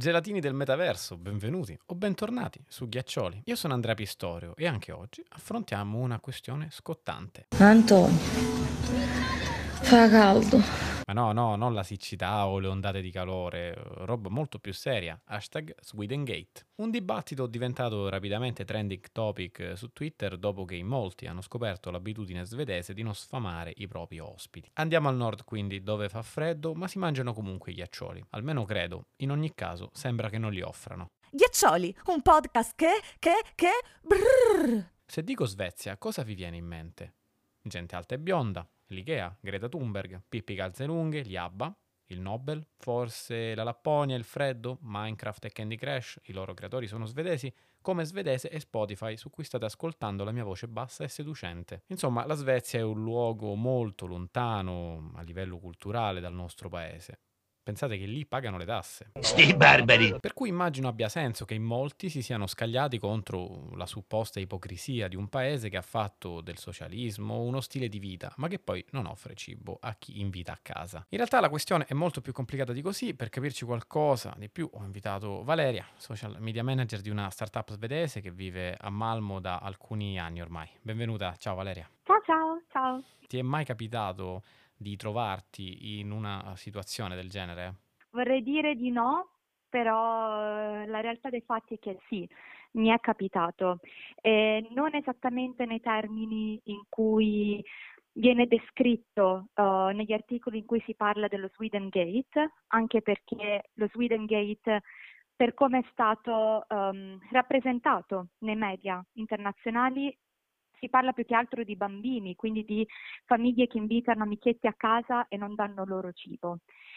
Gelatini del metaverso, benvenuti o bentornati su Ghiaccioli. Io sono Andrea Pistorio e anche oggi affrontiamo una questione scottante. Antonio, fa caldo. Ma no, non la siccità o le ondate di calore, roba molto più seria. Hashtag Swedengate. Un dibattito diventato rapidamente trending topic su Twitter dopo che in molti hanno scoperto l'abitudine svedese di non sfamare i propri ospiti. Andiamo al nord quindi, dove fa freddo, ma si mangiano comunque i ghiaccioli. Almeno credo. In ogni caso, sembra che non li offrano. Ghiaccioli, un podcast che... Brrr. Se dico Svezia, cosa vi viene in mente? Gente alta e bionda, l'Ikea, Greta Thunberg, Pippi Calzelunghe, gli ABBA, il Nobel, forse la Lapponia, il freddo, Minecraft e Candy Crush, i loro creatori sono svedesi, come svedese è Spotify, su cui state ascoltando la mia voce bassa e seducente. Insomma, la Svezia è un luogo molto lontano a livello culturale dal nostro paese. Pensate che lì pagano le tasse. Sti barbari! Per cui immagino abbia senso che in molti si siano scagliati contro la supposta ipocrisia di un paese che ha fatto del socialismo uno stile di vita, ma che poi non offre cibo a chi invita a casa. In realtà la questione è molto più complicata di così. Per capirci qualcosa di più ho invitato Valeria, social media manager di una startup svedese che vive a Malmo da alcuni anni ormai. Benvenuta, ciao Valeria. Ciao. Ti è mai capitato di trovarti in una situazione del genere? Vorrei dire di no, però la realtà dei fatti è che sì, mi è capitato. Non esattamente nei termini in cui viene descritto negli articoli in cui si parla dello Sweden Gate, anche perché lo Sweden Gate, per come è stato rappresentato nei media internazionali, si parla più che altro di bambini, quindi di famiglie che invitano amichetti a casa e non danno loro cibo.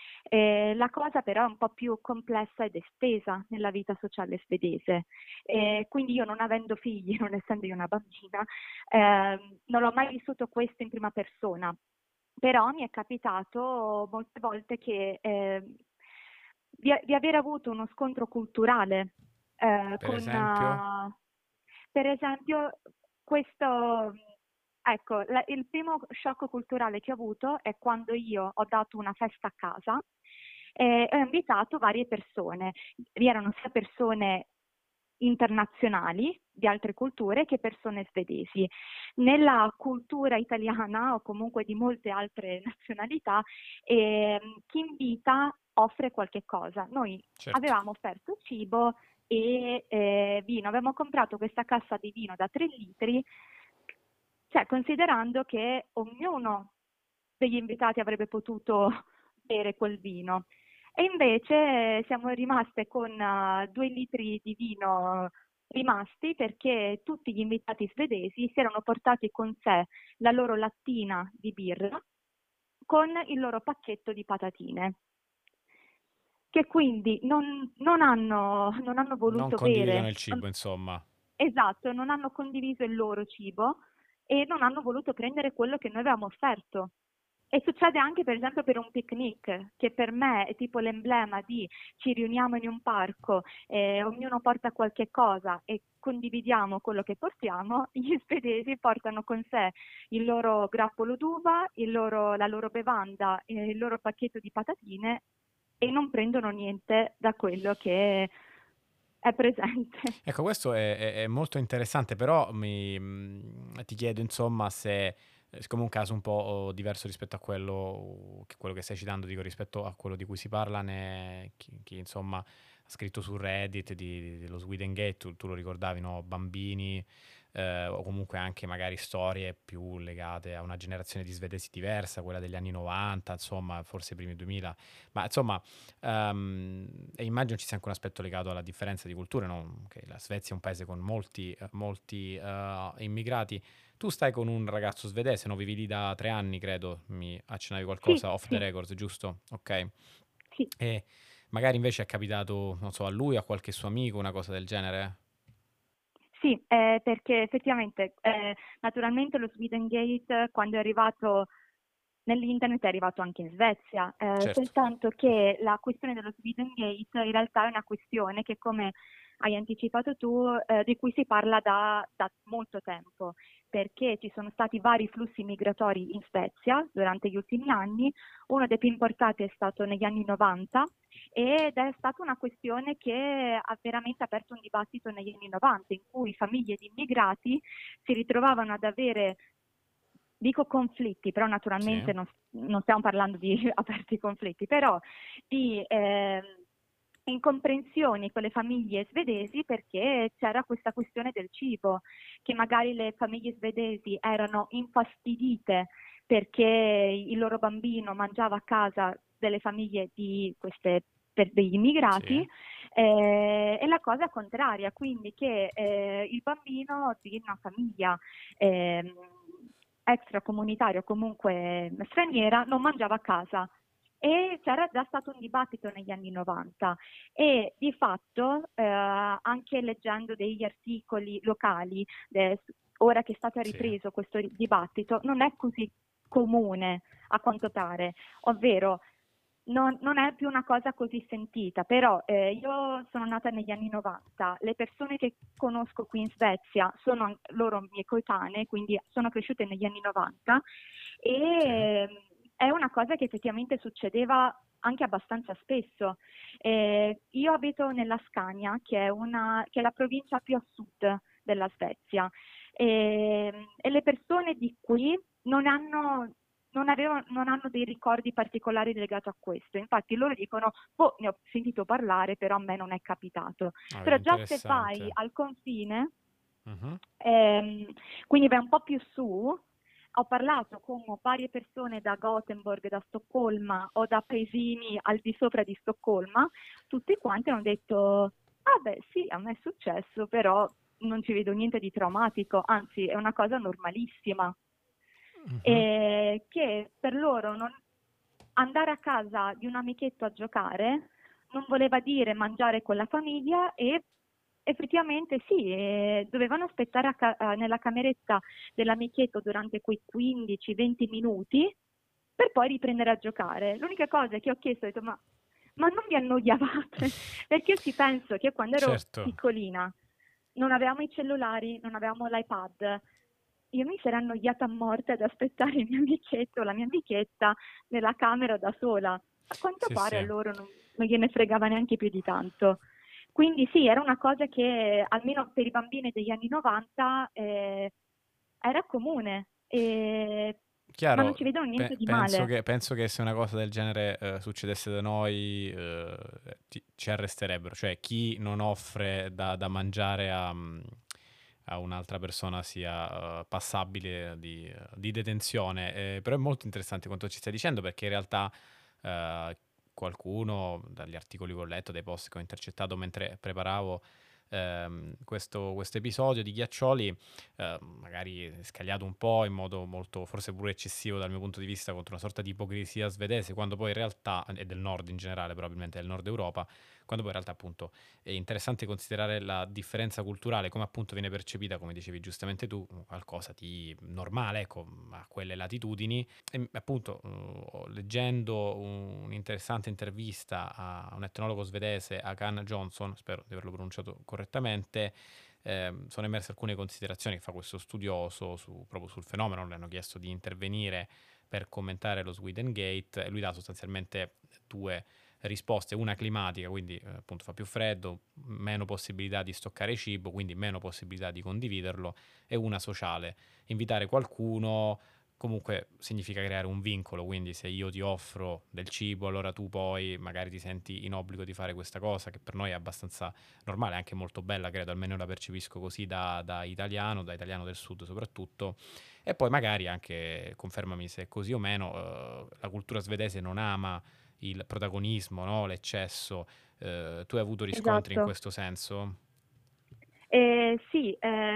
La cosa però è un po' più complessa ed estesa nella vita sociale svedese. Quindi io, non avendo figli, non essendo io una bambina, non l'ho mai vissuto questo in prima persona, però mi è capitato molte volte che di aver avuto uno scontro culturale Per esempio? per esempio, questo, ecco, il primo shock culturale che ho avuto è quando io ho dato una festa a casa e ho invitato varie persone. Vi erano sia persone internazionali di altre culture che persone svedesi. Nella cultura italiana o comunque di molte altre nazionalità, chi invita offre qualche cosa. Noi Certo. avevamo offerto cibo e vino, avevamo comprato questa cassa di vino da 3 litri, cioè considerando che ognuno degli invitati avrebbe potuto bere quel vino. E invece siamo rimaste con 2 litri di vino rimasti, perché tutti gli invitati svedesi si erano portati con sé la loro lattina di birra con il loro pacchetto di patatine, che quindi non hanno Non voluto condividono bere. il cibo, insomma. Esatto, non hanno condiviso il loro cibo e non hanno voluto prendere quello che noi avevamo offerto. E succede anche per esempio per un picnic, che per me è tipo l'emblema di ci riuniamo in un parco, ognuno porta qualche cosa e condividiamo quello che portiamo. Gli svedesi portano con sé il loro grappolo d'uva, la loro bevanda, il loro pacchetto di patatine e non prendono niente da quello che è presente. Ecco, questo è molto interessante, però ti chiedo, insomma, se, siccome è un caso un po' diverso rispetto a quello che stai citando, dico, rispetto a quello di cui si parla, chi, insomma, ha scritto su Reddit dello Sweden Gate, tu lo ricordavi, no? Bambini, o comunque anche magari storie più legate a una generazione di svedesi diversa, quella degli anni 90, insomma, forse i primi 2000, ma insomma. E immagino ci sia anche un aspetto legato alla differenza di culture, no? Che la Svezia è un paese con molti immigrati. Tu stai con un ragazzo svedese, no? Vivi lì da 3 anni, credo. Mi accennavi Sì, qualcosa off the sì, records, giusto? Ok. sì. E magari invece è capitato, non so, a lui o a qualche suo amico, una cosa del genere? Sì, perché effettivamente, naturalmente lo Sweden Gate, quando è arrivato nell'internet, è arrivato anche in Svezia, Certo. soltanto che la questione dello Sweden Gate in realtà è una questione che, come hai anticipato tu, di cui si parla da molto tempo, perché ci sono stati vari flussi migratori in Svezia durante gli ultimi anni. Uno dei più importanti è stato negli anni 90 ed è stata una questione che ha veramente aperto un dibattito negli anni 90, in cui famiglie di immigrati si ritrovavano ad avere, dico conflitti, però Sì, naturalmente non stiamo parlando di aperti conflitti, però di incomprensioni con le famiglie svedesi, perché c'era questa questione del cibo, che magari le famiglie svedesi erano infastidite perché il loro bambino mangiava a casa delle famiglie degli sì, immigrati, e la cosa contraria, quindi che il bambino di una famiglia ehm, extracomunitaria o comunque straniera non mangiava a casa. E c'era già stato un dibattito negli anni 90 e di fatto, anche leggendo degli articoli locali, ora che è stato sì. ripreso questo dibattito, non è così comune a quanto pare, ovvero non è più una cosa così sentita, però io sono nata negli anni 90, le persone che conosco qui in Svezia sono loro miei coetanee, quindi sono cresciute negli anni 90 Sì, e è una cosa che effettivamente succedeva anche abbastanza spesso. Io abito nella Scania, che è la provincia più a sud della Svezia, e le persone di qui non hanno dei ricordi particolari legati a questo. Infatti loro dicono, boh, ne ho sentito parlare, però a me non è capitato. ah, vedi, Però già se vai interessante. al confine, Mhm. Ehm, quindi vai un po' più su. Ho parlato con varie persone da Gothenburg, da Stoccolma o da paesini al di sopra di Stoccolma, tutti quanti hanno detto, ah beh sì, a me è successo, però non ci vedo niente di traumatico, anzi è una cosa normalissima, Mhm. che per loro andare a casa di un amichetto a giocare non voleva dire mangiare con la famiglia e effettivamente sì, dovevano aspettare nella cameretta dell'amichetto durante quei 15-20 minuti per poi riprendere a giocare. L'unica cosa che ho chiesto, ho detto, ma non vi annoiavate? Perché io ci penso che quando ero Certo, piccolina non avevamo i cellulari, non avevamo l'iPad. Io mi sarei annoiata a morte ad aspettare il mio amichetto o la mia amichetta nella camera da sola. A quanto sì, pare a sì. loro non gliene fregava neanche più di tanto. Quindi sì, era una cosa che almeno per i bambini degli anni 90 era comune, ma non Chiaro, ci vedono niente di male. penso che se una cosa del genere succedesse da noi ci arresterebbero, cioè chi non offre da mangiare a un'altra persona sia passabile di detenzione. Però è molto interessante quanto ci stai dicendo perché in realtà eh, qualcuno, dagli articoli che ho letto, dai post che ho intercettato mentre preparavo questo episodio di Ghiaccioli, magari scagliato un po' in modo molto, forse pure eccessivo dal mio punto di vista, contro una sorta di ipocrisia svedese, quando poi in realtà, e del nord in generale, probabilmente del nord Europa, quando poi in realtà appunto è interessante considerare la differenza culturale, come appunto viene percepita, come dicevi giustamente tu, qualcosa di normale, ecco, a quelle latitudini. E appunto, leggendo un'interessante intervista a un etnologo svedese, Hakan Johnson, spero di averlo pronunciato correttamente, sono emerse alcune considerazioni che fa questo studioso proprio sul fenomeno. Le hanno chiesto di intervenire per commentare lo Sweden Gate e lui dà sostanzialmente due risposte: una climatica, quindi appunto fa più freddo, meno possibilità di stoccare cibo, quindi meno possibilità di condividerlo, e una sociale, invitare qualcuno comunque significa creare un vincolo, quindi se io ti offro del cibo, allora tu poi magari ti senti in obbligo di fare questa cosa, che per noi è abbastanza normale, anche molto bella, credo, almeno la percepisco così da italiano del sud soprattutto. E poi magari anche, confermami se è così o meno, la cultura svedese non ama il protagonismo, no? L'eccesso. Tu hai avuto riscontri in Esatto. questo senso? Sì,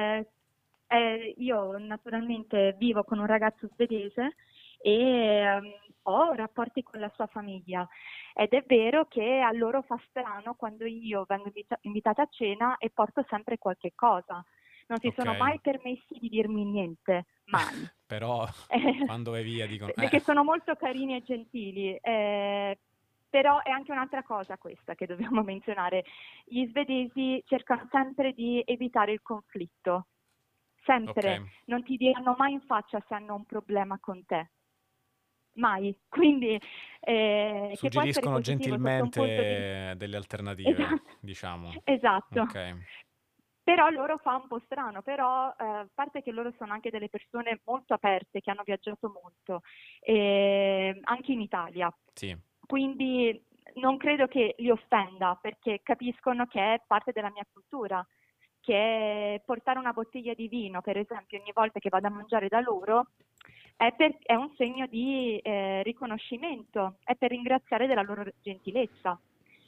io naturalmente vivo con un ragazzo svedese e ho rapporti con la sua famiglia ed è vero che a loro fa strano quando io vengo invitata a cena e porto sempre qualche cosa. Non si Ok. sono mai permessi di dirmi niente, mai. Però quando vai via dicono, Perché sono molto carini e gentili. Però è anche un'altra cosa questa che dobbiamo menzionare. Gli svedesi cercano sempre di evitare il conflitto, sempre. Ok. Non ti diranno mai in faccia se hanno un problema con te. Mai. Quindi che può essere Suggeriscono positivo sotto un punto di vista. gentilmente delle alternative, Esatto, diciamo. esatto. Ok. Però loro fa un po' strano, però a parte che loro sono anche delle persone molto aperte, che hanno viaggiato molto, anche in Italia. Sì. Quindi non credo che li offenda, perché capiscono che è parte della mia cultura, che è portare una bottiglia di vino, per esempio, ogni volta che vado a mangiare da loro, è un segno di riconoscimento, è per ringraziare della loro gentilezza.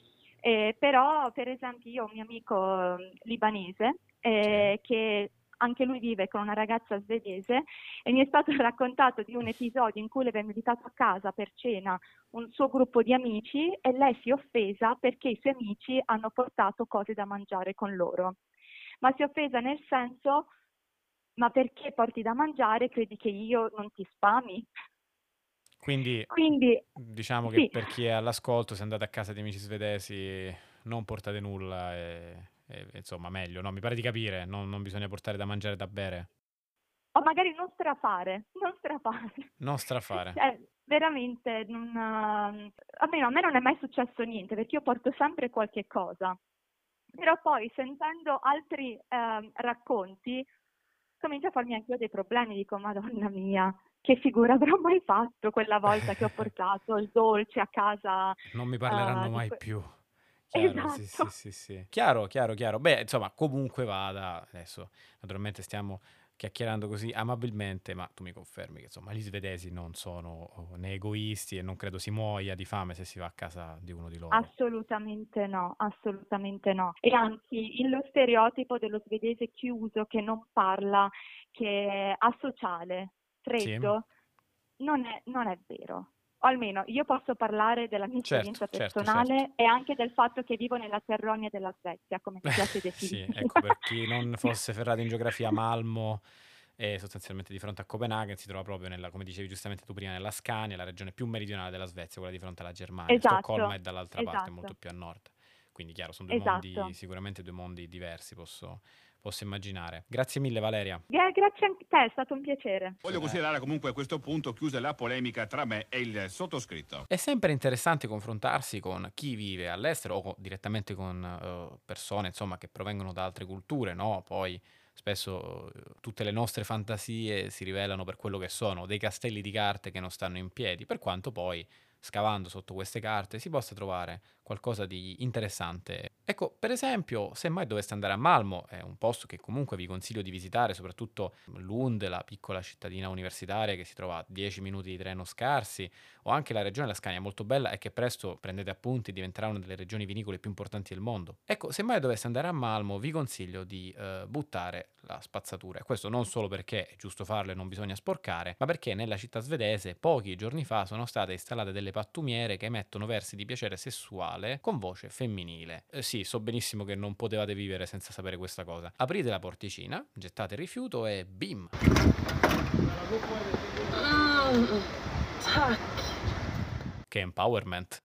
Però, per esempio, io ho un mio amico libanese Sì. che anche lui vive con una ragazza svedese e mi è stato raccontato di un episodio in cui l'aveva invitato a casa per cena un suo gruppo di amici e lei si è offesa perché i suoi amici hanno portato cose da mangiare con loro. Ma si è offesa nel senso, ma perché porti da mangiare? Credi che io non ti spami? Quindi Quindi, diciamo che sì. per chi è all'ascolto, se andate a casa di amici svedesi, non portate nulla insomma, meglio, no? Mi pare di capire, non bisogna portare da mangiare e da bere. O magari non strafare, non strafare. Non strafare. Cioè, veramente, almeno a me non è mai successo niente, perché io porto sempre qualche cosa. Però poi, sentendo altri racconti, comincio a farmi anche io dei problemi, dico, Madonna mia, che figura avrò mai fatto quella volta che ho portato il dolce a casa Non mi parleranno di mai più. Chiaro, sì, sì, Esatto. sì, sì. Chiaro, chiaro, chiaro. Beh, insomma, comunque vada, adesso naturalmente stiamo chiacchierando così amabilmente, ma tu mi confermi che insomma gli svedesi non sono né egoisti e non credo si muoia di fame se si va a casa di uno di loro. Assolutamente no, assolutamente no. E anzi, lo stereotipo dello svedese chiuso che non parla, che è asociale, Sì, freddo, non è vero. O almeno io posso parlare della mia certo, esperienza certo, personale certo. e anche del fatto che vivo nella terronia della Svezia, come mi piace Sì, definirla. ecco, per chi non fosse ferrato in geografia, Malmo è sostanzialmente di fronte a Copenaghen, si trova proprio nella, come dicevi giustamente tu prima, nella Scania, la regione più meridionale della Svezia, quella di fronte alla Germania. Stoccolma Esatto, è dall'altra parte, molto esatto, più a nord. Quindi chiaro, sono due mondi, esatto. sicuramente due mondi diversi, posso immaginare. Grazie mille Valeria. Grazie anche a te, è stato un piacere. Voglio considerare comunque a questo punto chiusa la polemica tra me e il sottoscritto. È sempre interessante confrontarsi con chi vive all'estero o direttamente con persone, insomma, che provengono da altre culture, no? Poi spesso tutte le nostre fantasie si rivelano per quello che sono, dei castelli di carte che non stanno in piedi, per quanto poi, scavando sotto queste carte, si possa trovare qualcosa di interessante. Ecco, per esempio, se mai doveste andare a Malmo, è un posto che comunque vi consiglio di visitare, soprattutto Lund, la piccola cittadina universitaria che si trova a 10 minuti di treno scarsi, o anche la regione della Scania è molto bella e che presto, prendete appunti, diventerà una delle regioni vinicole più importanti del mondo. Ecco, se mai doveste andare a Malmo, vi consiglio di buttare la spazzatura. E questo non solo perché è giusto farlo e non bisogna sporcare, ma perché nella città svedese pochi giorni fa sono state installate delle pattumiere che emettono versi di piacere sessuale con voce femminile. Sì, so benissimo che non potevate vivere senza sapere questa cosa. Aprite la porticina, gettate il rifiuto e bim! Tack. Che empowerment!